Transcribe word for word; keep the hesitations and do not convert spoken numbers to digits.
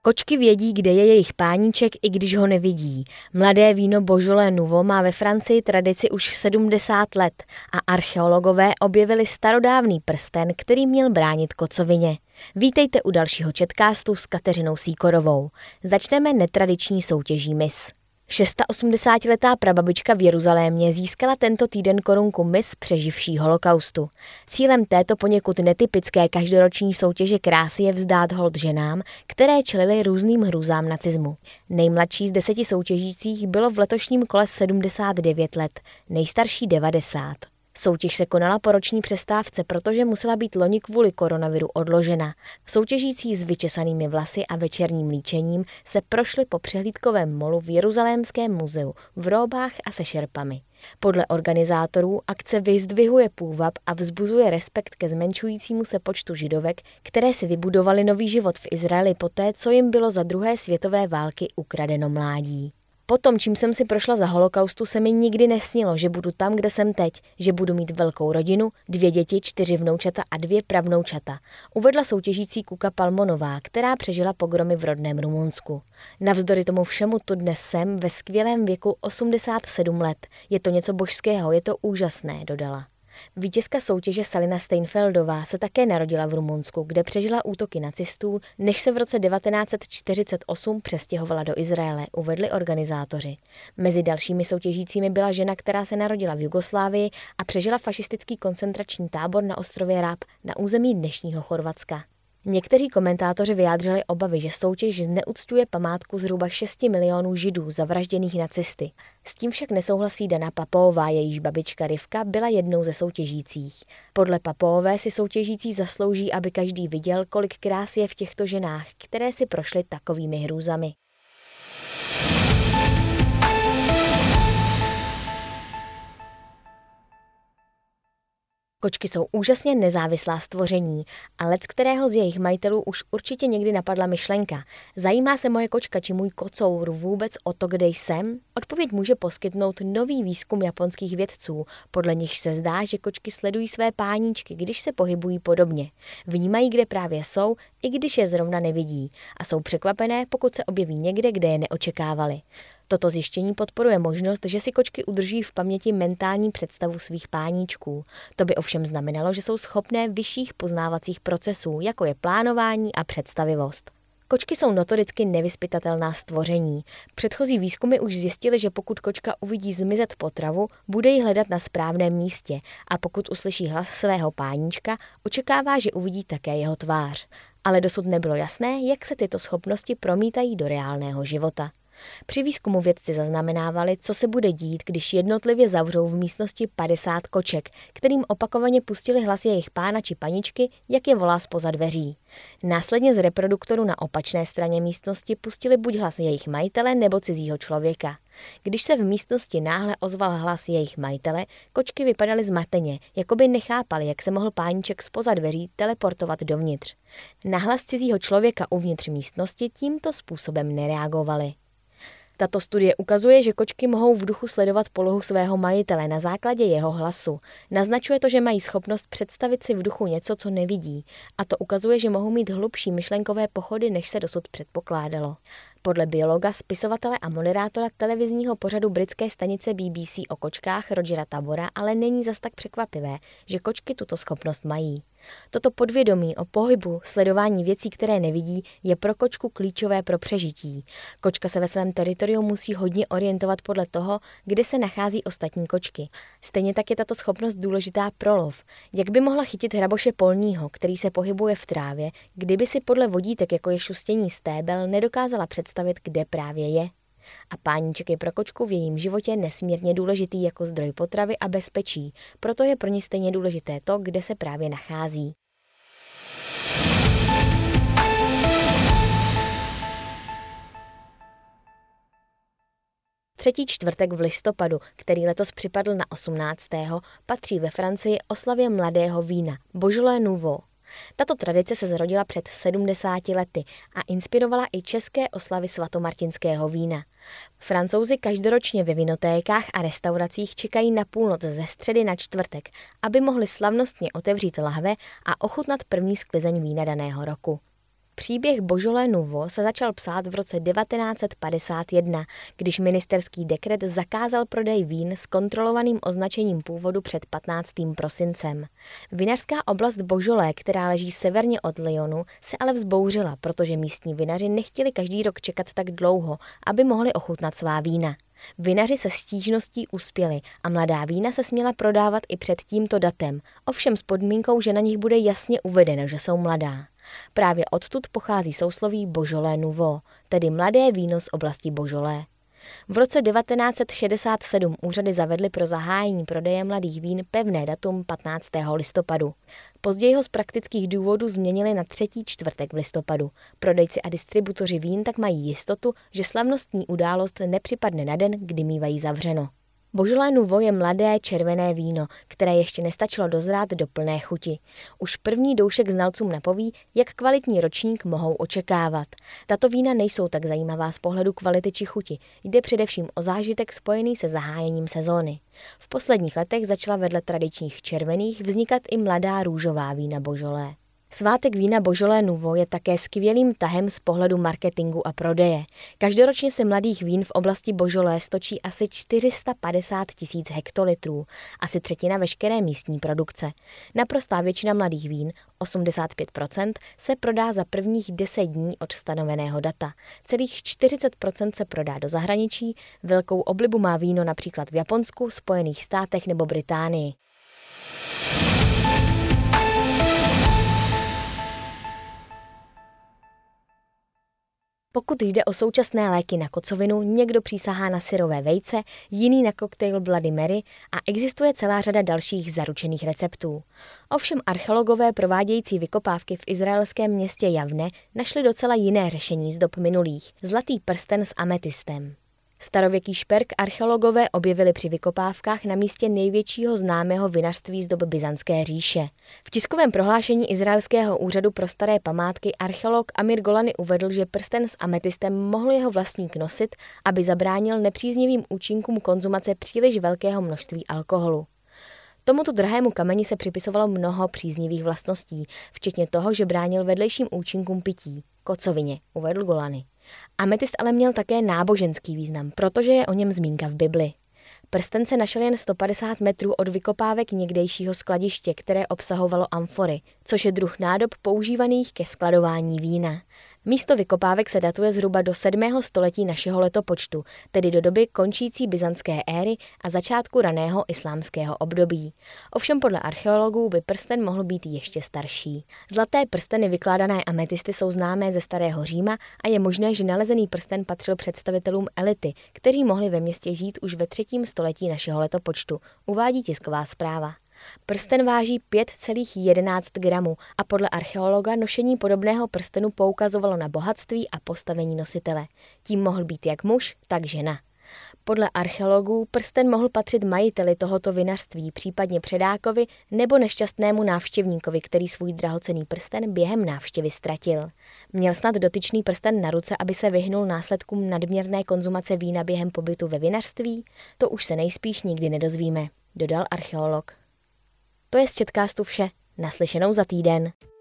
Kočky vědí, kde je jejich páníček, i když ho nevidí. Mladé víno Beaujolais Nouveau má ve Francii tradici už sedmdesát let a archeologové objevili starodávný prsten, který měl bránit kocovině. Vítejte u dalšího Chatcastu s Kateřinou Sýkorovou. Začneme netradiční soutěží Miss. osmdesátišestiletá prababička v Jeruzalémě získala tento týden korunku Miss přeživší holokaustu. Cílem této poněkud netypické každoroční soutěže krásy je vzdát hold ženám, které čelily různým hrůzám nacismu. Nejmladší z deseti soutěžících bylo v letošním kole sedmdesát devět let, nejstarší devadesát. Soutěž se konala po roční přestávce, protože musela být loni kvůli koronaviru odložena. Soutěžící s vyčesanými vlasy a večerním líčením se prošli po přehlídkovém molu v Jeruzalémském muzeu v róbách a se šerpami. Podle organizátorů akce vyzdvihuje půvab a vzbuzuje respekt ke zmenšujícímu se počtu židovek, které si vybudovaly nový život v Izraeli poté, co jim bylo za druhé světové války ukradeno mládí. Po tom, čím jsem si prošla za holokaustu, se mi nikdy nesnilo, že budu tam, kde jsem teď, že budu mít velkou rodinu, dvě děti, čtyři vnoučata a dvě pravnoučata, uvedla soutěžící Kuka Palmonová, která přežila pogromy v rodném Rumunsku. Navzdory tomu všemu tu dnes jsem ve skvělém věku osmdesát sedm let. Je to něco božského, je to úžasné, dodala. Vítězka soutěže Salina Steinfeldová se také narodila v Rumunsku, kde přežila útoky nacistů, než se v roce devatenáct set čtyřicet osm přestěhovala do Izraele, uvedli organizátoři. Mezi dalšími soutěžícími byla žena, která se narodila v Jugoslávii a přežila fašistický koncentrační tábor na ostrově Rab na území dnešního Chorvatska. Někteří komentátoři vyjádřili obavy, že soutěž zneucťuje památku zhruba šesti milionů židů zavražděných nacisty. S tím však nesouhlasí Dana Papová, jejíž babička Rivka byla jednou ze soutěžících. Podle Papové si soutěžící zaslouží, aby každý viděl, kolik krásy je v těchto ženách, které si prošly takovými hrůzami. Kočky jsou úžasně nezávislá stvoření a lec kterého z jejich majitelů už určitě někdy napadla myšlenka. Zajímá se moje kočka či můj kocour vůbec o to, kde jsem? Odpověď může poskytnout nový výzkum japonských vědců, podle nichž se zdá, že kočky sledují své páníčky, když se pohybují podobně. Vnímají, kde právě jsou, i když je zrovna nevidí a jsou překvapené, pokud se objeví někde, kde je neočekávali. Toto zjištění podporuje možnost, že si kočky udrží v paměti mentální představu svých páníčků. To by ovšem znamenalo, že jsou schopné vyšších poznávacích procesů, jako je plánování a představivost. Kočky jsou notoricky nevyzpytatelná stvoření. Předchozí výzkumy už zjistily, že pokud kočka uvidí zmizet potravu, bude ji hledat na správném místě a pokud uslyší hlas svého páníčka, očekává, že uvidí také jeho tvář. Ale dosud nebylo jasné, jak se tyto schopnosti promítají do reálného života. Při výzkumu vědci zaznamenávali, co se bude dít, když jednotlivě zavřou v místnosti padesát koček, kterým opakovaně pustili hlas jejich pána či paničky, jak je volá zpoza dveří. Následně z reproduktoru na opačné straně místnosti pustili buď hlas jejich majitele nebo cizího člověka. Když se v místnosti náhle ozval hlas jejich majitele, kočky vypadaly zmateně, jako by nechápali, jak se mohl páníček zpoza dveří teleportovat dovnitř. Na hlas cizího člověka uvnitř místnosti tímto způsobem nereagovali. Tato studie ukazuje, že kočky mohou v duchu sledovat polohu svého majitele na základě jeho hlasu. Naznačuje to, že mají schopnost představit si v duchu něco, co nevidí. A to ukazuje, že mohou mít hlubší myšlenkové pochody, než se dosud předpokládalo. Podle biologa, spisovatele a moderátora televizního pořadu britské stanice B B C o kočkách Rogera Tabora ale není zas tak překvapivé, že kočky tuto schopnost mají. Toto podvědomí o pohybu, sledování věcí, které nevidí, je pro kočku klíčové pro přežití. Kočka se ve svém teritoriu musí hodně orientovat podle toho, kde se nachází ostatní kočky. Stejně tak je tato schopnost důležitá pro lov. Jak by mohla chytit hraboše polního, který se pohybuje v trávě, kdyby si podle vodítek, jako je šustění stébel, nedokázala představit, kde právě je? A páníček je pro kočku v jejím životě nesmírně důležitý jako zdroj potravy a bezpečí, proto je pro ně stejně důležité to, kde se právě nachází. Třetí čtvrtek v listopadu, který letos připadl na osmnáctého patří ve Francii oslavě mladého vína Beaujolais Nouveau. Tato tradice se zrodila před sedmdesáti lety a inspirovala i české oslavy svatomartinského vína. Francouzi každoročně ve vinotékách a restauracích čekají na půlnoc ze středy na čtvrtek, aby mohli slavnostně otevřít lahve a ochutnat první sklizeň vína daného roku. Příběh Beaujolais Nouveau se začal psát v roce devatenáct set padesát jedna, když ministerský dekret zakázal prodej vín s kontrolovaným označením původu před patnáctým prosincem. Vinařská oblast Beaujolais, která leží severně od Lyonu, se ale vzbouřila, protože místní vinaři nechtěli každý rok čekat tak dlouho, aby mohli ochutnat svá vína. Vinaři se stížností uspěli a mladá vína se směla prodávat i před tímto datem, ovšem s podmínkou, že na nich bude jasně uvedeno, že jsou mladá. Právě odtud pochází sousloví Beaujolais Nouveau, tedy mladé víno z oblasti Beaujolais. V roce devatenáct set šedesát sedm úřady zavedly pro zahájení prodeje mladých vín pevné datum patnáctého listopadu. Později ho z praktických důvodů změnili na třetí čtvrtek v listopadu. Prodejci a distributoři vín tak mají jistotu, že slavnostní událost nepřipadne na den, kdy mívají zavřeno. Beaujolais Nouveau je mladé červené víno, které ještě nestačilo dozrát do plné chuti. Už první doušek znalcům napoví, jak kvalitní ročník mohou očekávat. Tato vína nejsou tak zajímavá z pohledu kvality či chuti, jde především o zážitek spojený se zahájením sezóny. V posledních letech začala vedle tradičních červených vznikat i mladá růžová vína Beaujolais. Svátek vína Beaujolais Nouveau je také skvělým tahem z pohledu marketingu a prodeje. Každoročně se mladých vín v oblasti Beaujolais stočí asi čtyři sta padesát tisíc hektolitrů, asi třetina veškeré místní produkce. Naprostá většina mladých vín, osmdesát pět procent, se prodá za prvních deset dní od stanoveného data. Celých čtyřicet procent se prodá do zahraničí, velkou oblibu má víno například v Japonsku, Spojených státech nebo Británii. Pokud jde o současné léky na kocovinu, někdo přísahá na syrové vejce, jiný na koktejl Bloody Mary a existuje celá řada dalších zaručených receptů. Ovšem archeologové provádějící vykopávky v izraelském městě Javne našli docela jiné řešení z dob minulých – zlatý prsten s ametistem. Starověký šperk archeologové objevili při vykopávkách na místě největšího známého vinařství z dob Byzantské říše. V tiskovém prohlášení izraelského úřadu pro staré památky archeolog Amir Golani uvedl, že prsten s ametistem mohl jeho vlastník nosit, aby zabránil nepříznivým účinkům konzumace příliš velkého množství alkoholu. Tomuto drahému kameni se připisovalo mnoho příznivých vlastností, včetně toho, že bránil vedlejším účinkům pití, kocovině, uvedl Golani. Ametist ale měl také náboženský význam, protože je o něm zmínka v Bibli. Prsten se našel jen sto padesát metrů od vykopávek někdejšího skladiště, které obsahovalo amfory, což je druh nádob používaných ke skladování vína. Místo vykopávek se datuje zhruba do sedmého století našeho letopočtu, tedy do doby končící byzantské éry a začátku raného islámského období. Ovšem podle archeologů by prsten mohl být ještě starší. Zlaté prsteny vykládané ametisty jsou známé ze starého Říma a je možné, že nalezený prsten patřil představitelům elity, kteří mohli ve městě žít už ve třetím století našeho letopočtu, uvádí tisková zpráva. Prsten váží pět celá jedenáct gramů a podle archeologa nošení podobného prstenu poukazovalo na bohatství a postavení nositele. Tím mohl být jak muž, tak žena. Podle archeologů prsten mohl patřit majiteli tohoto vinařství, případně předákovi nebo nešťastnému návštěvníkovi, který svůj drahocenný prsten během návštěvy ztratil. Měl snad dotyčný prsten na ruce, aby se vyhnul následkům nadměrné konzumace vína během pobytu ve vinařství? To už se nejspíš nikdy nedozvíme, dodal archeolog. To je z Četcastu vše. Naslyšenou za týden.